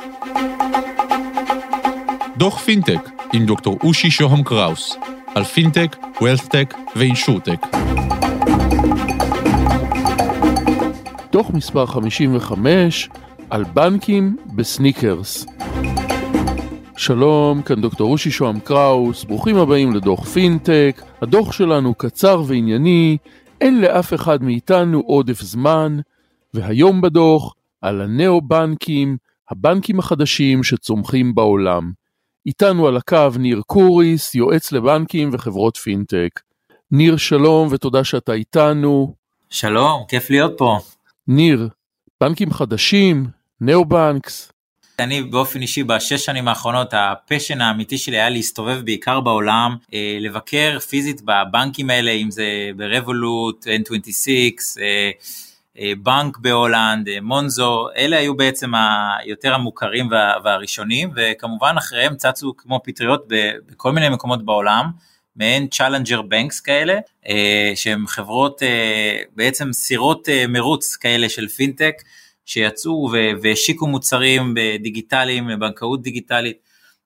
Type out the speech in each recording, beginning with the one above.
דוח פינטק עם דוקטור אושי שוהם קראוס על פינטק, ווילת'טק ואינשורטק. דוח מספר 55 על בנקים בסניקרס. שלום, כאן דוקטור אושי שוהם קראוס, ברוכים הבאים לדוח פינטק. הדוח שלנו קצר וענייני, אין לאף אחד מאיתנו עודף זמן, והיום בדוח על הנאו-בנקים, הבנקים החדשים שצומחים בעולם. איתנו על הקו ניר קוריס, יועץ לבנקים וחברות פינטק. ניר, שלום ותודה שאתה איתנו. שלום, כיף להיות פה. ניר, בנקים חדשים, נאו-בנקס. אני באופן אישי בשש שנים האחרונות, הפשן האמיתי שלי היה להסתובב בעיקר בעולם, לבקר פיזית בבנקים האלה, אם זה ברבולוט, N26, בנק בהולנד, מונזו, אלה היו בעצם היותר המוכרים והראשונים, וכמובן אחריהם צצו כמו פטריות בכל מיני מקומות בעולם, מעין צ'לנג'ר בנקס כאלה, שהם חברות בעצם סירות מרוץ כאלה של פינטק, שיצאו והשיקו מוצרים דיגיטליים, לבנקאות דיגיטלית,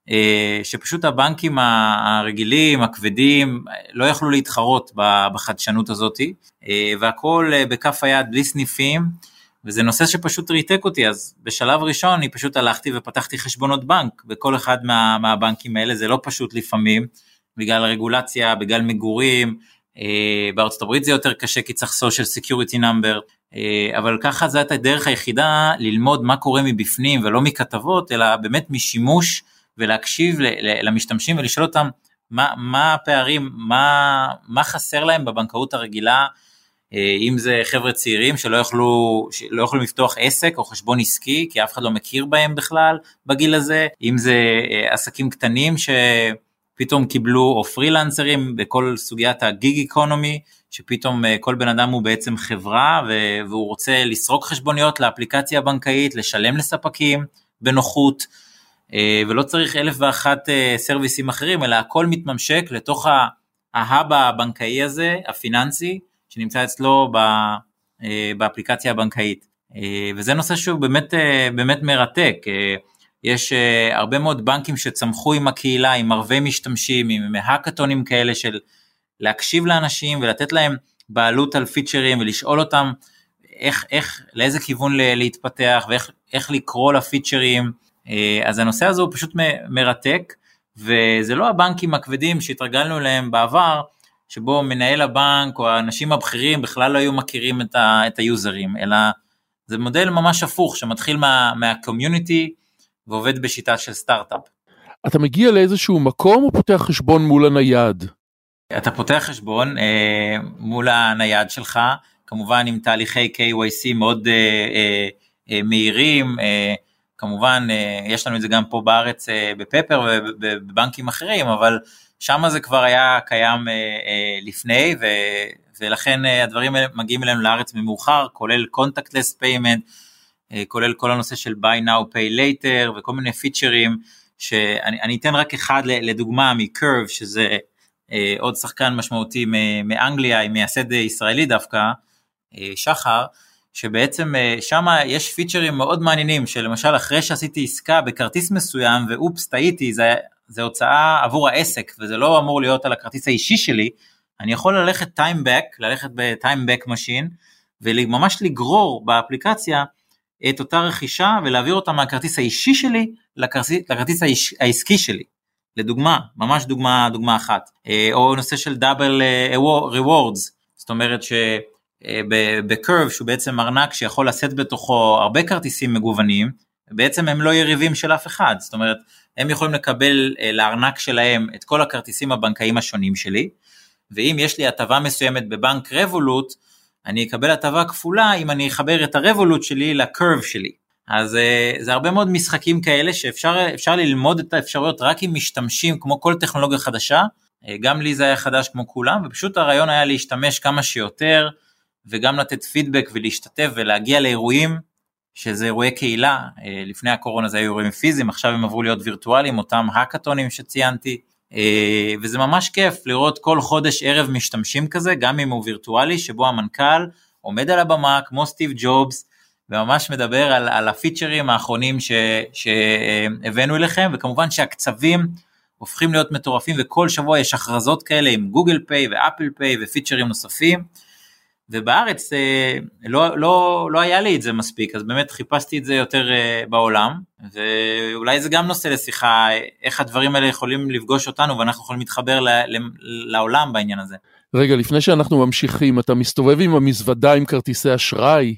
שפשוט הבנקים הרגילים, הכבדים, לא יכלו להתחרות בחדשנות הזאת, והכל בכף היד, בלי סניפים, וזה נושא שפשוט ריתק אותי. אז בשלב ראשון אני פשוט הלכתי ופתחתי חשבונות בנק, בכל אחד מהבנקים האלה. זה לא פשוט לפעמים, בגלל הרגולציה, בגלל מגורים, בארצות הברית זה יותר קשה, כי צריך social security number, אבל ככה זה הייתה הדרך היחידה ללמוד מה קורה מבפנים, ולא מכתבות, אלא באמת משימוש, ולהקשיב למשתמשים, ולשאול אותם מה הפערים, מה חסר להם בבנקאות הרגילה, אם זה חבר'ה צעירים שלא יכלו לפתוח עסק או חשבון עסקי, כי אף אחד לא מכיר בהם בכלל בגיל הזה, אם זה עסקים קטנים שפתאום קיבלו, או פרילנסרים בכל סוגיית הגיג איקונומי, שפתאום כל בן אדם הוא בעצם חברה, והוא רוצה לסרוק חשבוניות לאפליקציה הבנקאית, לשלם לספקים בנוחות, ולא צריך 1001 סרוויסים אחרים, אלא הכל מתממשק לתוך ההאב הבנקאי הזה, הפיננסי, שנמצא אצלו באפליקציה הבנקאית. וזה נושא שהוא באמת מרתק. יש הרבה מאוד בנקים שצמחו עם הקהילה, עם ערבי משתמשים, עם האקתונים כאלה של להקשיב לאנשים ולתת להם בעלות על פיצ'רים, ולשאול אותם לאיזה כיוון להתפתח, ואיך לקרוא לפיצ'רים. אז הנושא הזה הוא פשוט מרתק, וזה לא הבנקים הכבדים שהתרגלנו להם בעבר, שבו מנהל הבנק או האנשים הבכירים בכלל לא היו מכירים את היוזרים, אלא זה מודל ממש הפוך, שמתחיל מהקומיוניטי, ועובד בשיטה של סטארט-אפ. אתה מגיע לאיזשהו מקום או פותח חשבון מול הנייד? אתה פותח חשבון מול הנייד שלך, כמובן עם תהליכי KYC מאוד מהירים, כמובן יש לנו את זה גם פה בארץ בפפר ובבנקים אחרים, אבל שם זה כבר היה קיים לפני, ולכן הדברים האלה מגיעים אלינו לארץ ממאוחר, כולל contactless payment, כולל כל הנושא של buy now pay later, וכל מיני פיצ'רים, שאני אתן רק אחד לדוגמה מ-Curve, שזה עוד שחקן משמעותי מאנגליה, עם מייסד ישראלי דווקא, שחר, שבעצם שם יש פיצ'רים מאוד מעניינים, שלמשל אחרי שעשיתי עסקה בכרטיס מסוים, ואופס, טעיתי, זה הוצאה עבור העסק, וזה לא אמור להיות על הכרטיס האישי שלי, אני יכול ללכת ללכת ב-time back machine, וממש לגרור באפליקציה את אותה רכישה, ולהעביר אותה מהכרטיס האישי שלי, לכרטיס העסקי שלי. לדוגמה, ממש דוגמה אחת. או נושא של דאבל rewards, זאת אומרת שבקרב, שהוא בעצם ארנק שיכול לשאת בתוכו הרבה כרטיסים מגוונים, בעצם הם לא יריבים של אף אחד, זאת אומרת, הם יכולים לקבל לארנק שלהם את כל הכרטיסים הבנקאיים השונים שלי, ואם יש לי הטבה מסוימת בבנק רבולוט, אני אקבל הטבה כפולה אם אני אחבר את הרבולוט שלי לקרב שלי. אז זה הרבה מאוד משחקים כאלה שאפשר ללמוד את האפשרויות רק אם משתמשים כמו כל טכנולוגיה חדשה, גם לי זה היה חדש כמו כולם, ופשוט הרעיון היה להשתמש כמה שיותר, וגם לתת פידבק ולהשתתף ולהגיע לאירועים, שזה אירועי קהילה, לפני הקורונה זה היו אירועים פיזיים, עכשיו הם עברו להיות וירטואליים, אותם האקתונים שציינתי, וזה ממש כיף לראות כל חודש ערב משתמשים כזה, גם אם הוא וירטואלי, שבו המנכ"ל עומד על הבמה כמו סטיב ג'ובס, וממש מדבר על הפיצ'רים האחרונים שהבאנו אליכם, וכמובן שהקצבים הופכים להיות מטורפים, וכל שבוע יש הכרזות כאלה עם גוגל פיי ואפל פיי ופיצ'רים נוספים, ובארץ לא היה לי את זה מספיק, אז באמת חיפשתי את זה יותר בעולם, ואולי זה גם נושא לשיחה, איך הדברים האלה יכולים לפגוש אותנו, ואנחנו יכולים להתחבר לעולם בעניין הזה. רגע, לפני שאנחנו ממשיכים, אתה מסתובב עם המזוודה עם כרטיסי אשראי?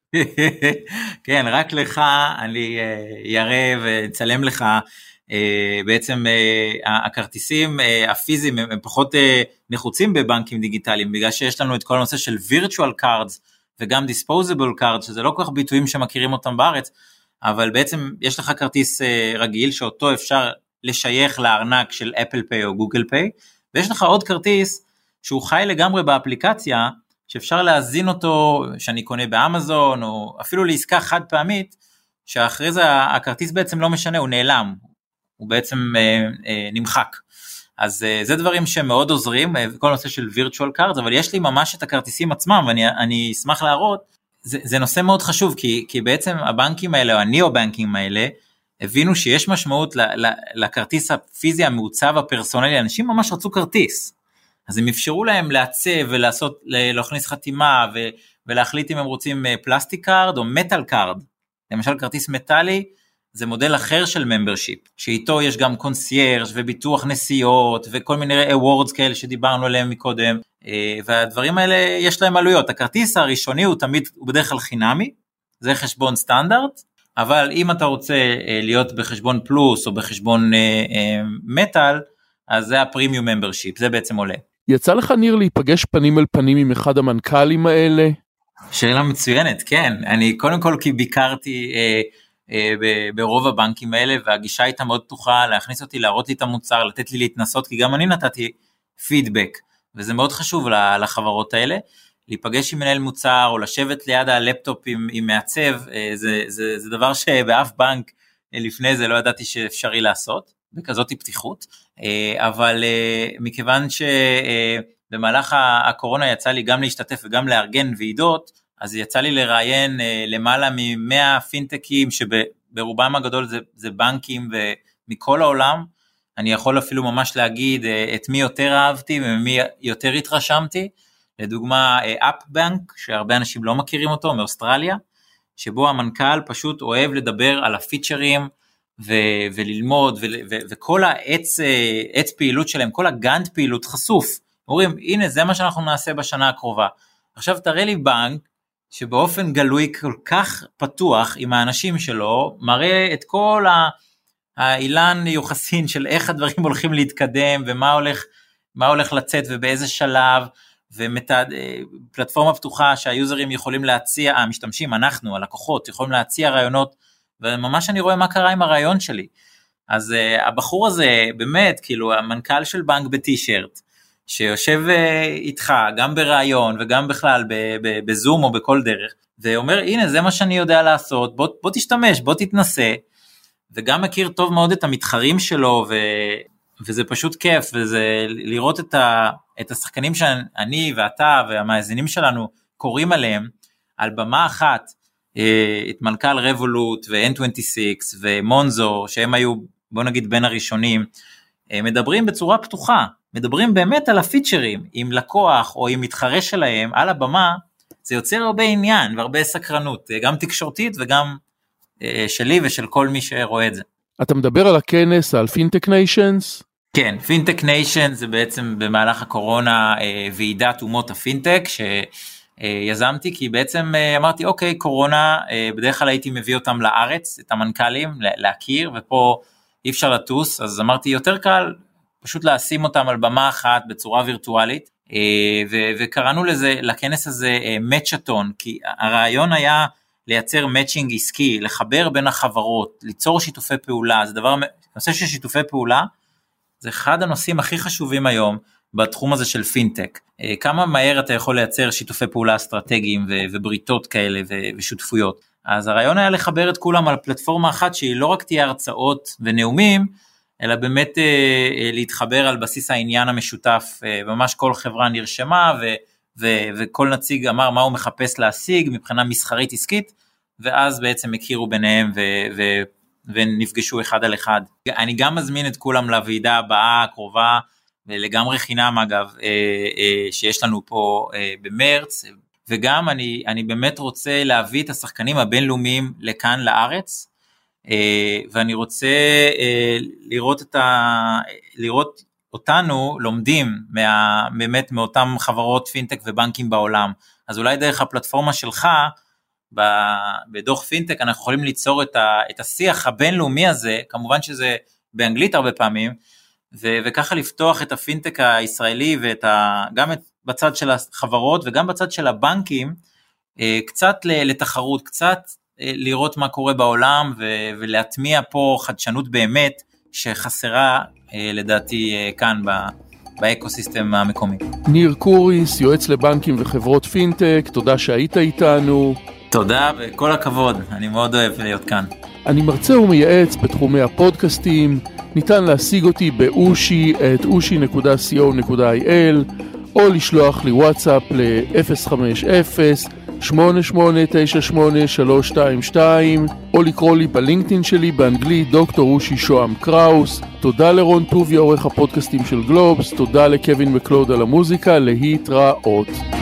כן, רק לך, אני יראה וצלם לך, בעצם הכרטיסים הפיזיים הם פחות נחוצים בבנקים דיגיטליים, בגלל שיש לנו את כל הנושא של virtual cards, וגם disposable cards, שזה לא כל כך ביטויים שמכירים אותם בארץ, אבל בעצם יש לך כרטיס רגיל, שאותו אפשר לשייך לארנק של אפל פיי או גוגל פיי, ויש לך עוד כרטיס, שהוא חי לגמרי באפליקציה, שאפשר להזין אותו, שאני קונה באמזון, או אפילו לעסקה חד פעמית, שאחרי זה הכרטיס בעצם לא משנה, הוא נעלם, הוא בעצם נמחק. אז זה דברים שמאוד עוזרים, כל נושא של virtual cards, אבל יש לי ממש את הכרטיסים עצמם, ואני אשמח להראות, זה נושא מאוד חשוב, כי בעצם הבנקים האלה, או הניאו-בנקים האלה, הבינו שיש משמעות לכרטיס הפיזי המעוצב הפרסונלי, אנשים ממש רצו כרטיס, אז הם אפשרו להם לעצב להכניס חתימה, ולהחליט אם הם רוצים פלסטיק קארד או מטל קארד, למשל כרטיס מטלי, זה מודל אחר של ממברשיפ, שאיתו יש גם קונסיירג' וביטוח נסיעות, וכל מיני אוורדס כאלה שדיברנו עליהם מקודם, והדברים האלה יש להם עלויות, הכרטיס הראשוני הוא בדרך כלל חינמי, זה חשבון סטנדרט, אבל אם אתה רוצה להיות בחשבון פלוס, או בחשבון מטל, אז זה הפרימיום ממברשיפ, זה בעצם עולה. יצא לך ניר להיפגש פנים אל פנים עם אחד המנכ"לים האלה? שאלה מצוינת, כן, אני קודם כל כי ביקרתי ברוב הבנקים האלה, והגישה הייתה מאוד פתוחה, להכניס אותי, להראות לי את המוצר, לתת לי להתנסות, כי גם אני נתתי פידבק, וזה מאוד חשוב לחברות האלה, להיפגש עם מנהל מוצר, או לשבת ליד הלפטופ עם מעצב, זה דבר שבאף בנק לפני זה לא ידעתי שאפשרי לעשות, בכזאת פתיחות, אבל מכיוון שבמהלך הקורונה יצא לי גם להשתתף וגם לארגן ועידות, אז יצא לי לראיין למעלה מ100 פינטקים, שברובם הגדול זה בנקים ומכל העולם, אני יכול אפילו ממש להגיד את מי יותר אהבתי ומי יותר התרשמתי, לדוגמה אפבנק, שהרבה אנשים לא מכירים אותו, מאוסטרליה, שבו המנכ"ל פשוט אוהב לדבר על הפיצ'רים, וללמוד, וכל העץ פעילות שלהם, כל הגאנט פעילות חשוף, אומרים, הנה זה מה שאנחנו נעשה בשנה הקרובה, עכשיו תראה לי בנק, שבאופן גלוי כל כך פתוח עם האנשים שלו, מראה את כל האילן יוחסין של איך הדברים הולכים להתקדם, ומה הולך לצאת ובאיזה שלב, ופלטפורמה פתוחה שהיוזרים יכולים להציע, המשתמשים, אנחנו, הלקוחות, יכולים להציע רעיונות, וממש אני רואה מה קרה עם הרעיון שלי. אז הבחור הזה, באמת, כאילו, המנכ"ל של בנק בטי-שירט, שיושב איתך, גם ברעיון, וגם בכלל בזום או בכל דרך, ואומר, הנה, זה מה שאני יודע לעשות, בוא תשתמש, בוא תתנסה, וגם מכיר טוב מאוד את המתחרים שלו, וזה פשוט כיף, וזה לראות את השחקנים שאני ואתה והמאזינים שלנו קוראים עליהם, על במה אחת, את מנכ"ל רבולוט ו-N26 ומונזו, שהם היו, בוא נגיד, בין הראשונים, מדברים בצורה פתוחה, מדברים באמת על הפיצ'רים, עם לקוח או עם מתחרה שלהם, על הבמה, זה יוצר הרבה עניין והרבה סקרנות, גם תקשורתית וגם שלי ושל כל מי שרואה את זה. אתה מדבר על הכנס, על פינטק ניישנס? כן, פינטק ניישנס זה בעצם במהלך הקורונה ועידת אומות הפינטק, שיזמתי, כי בעצם אמרתי, אוקיי, קורונה, בדרך כלל הייתי מביא אותם לארץ, את המנכ"לים, להכיר, ופה אי אפשר לטוס, אז אמרתי, יותר קל, פשוט לשים אותם על במה אחת, בצורה וירטואלית, וקראנו לכנס הזה מצ'טון, כי הרעיון היה לייצר מצ'ינג עסקי, לחבר בין החברות, ליצור שיתופי פעולה, זה נושא של שיתופי פעולה, זה אחד הנושאים הכי חשובים היום, בתחום הזה של פינטק, כמה מהר אתה יכול לייצר שיתופי פעולה אסטרטגיים ובריתות כאלה ושותפויות, אז הרעיון היה לחבר את כולם על פלטפורמה אחת שהיא לא רק תהיה הרצאות ונאומים, אלא באמת להתחבר על בסיס העניין המשותף, ממש כל חברה נרשמה וכל נציג אמר מה הוא מחפש להשיג מבחינה מסחרית עסקית, ואז בעצם הכירו ביניהם ונפגשו אחד על אחד. אני גם מזמין את כולם לוועידה הבאה הקרובה, ולגמרי חינם אגב, שיש לנו פה במרץ, וגם אני באמת רוצה להביא את השחקנים הבינלאומיים לכאן לארץ, ואני רוצה לראות אותנו לומדים באמת מאותם חברות פינטק ובנקים בעולם, אז אולי דרך הפלטפורמה שלך, בדוח פינטק אנחנו יכולים ליצור את השיח הבינלאומי הזה, כמובן שזה באנגלית הרבה פעמים, וככה לפתוח את הפינטק הישראלי, גם בצד של החברות וגם בצד של הבנקים, קצת לתחרות, קצת לראות מה קורה בעולם, ולהטמיע פה חדשנות באמת, שחסרה לדעתי כאן באקוסיסטם המקומי. ניר קוריס, יועץ לבנקים וחברות פינטק, תודה שהיית איתנו. תודה וכל הכבוד, אני מאוד אוהב להיות כאן. אני מרצה ומייעץ בתחומי הפודקאסטים, ניתן להשיג אותי ב-ushi.co.il או לשלוח לי וואטסאפ ל-050-8898-322 או לקרוא לי בלינקדאין שלי באנגלית דוקטור אושי שוהם קראוס. תודה לרון טוביה עורך הפודקאסטים של גלובס, תודה לקווין מקלוד על המוזיקה, להתראות.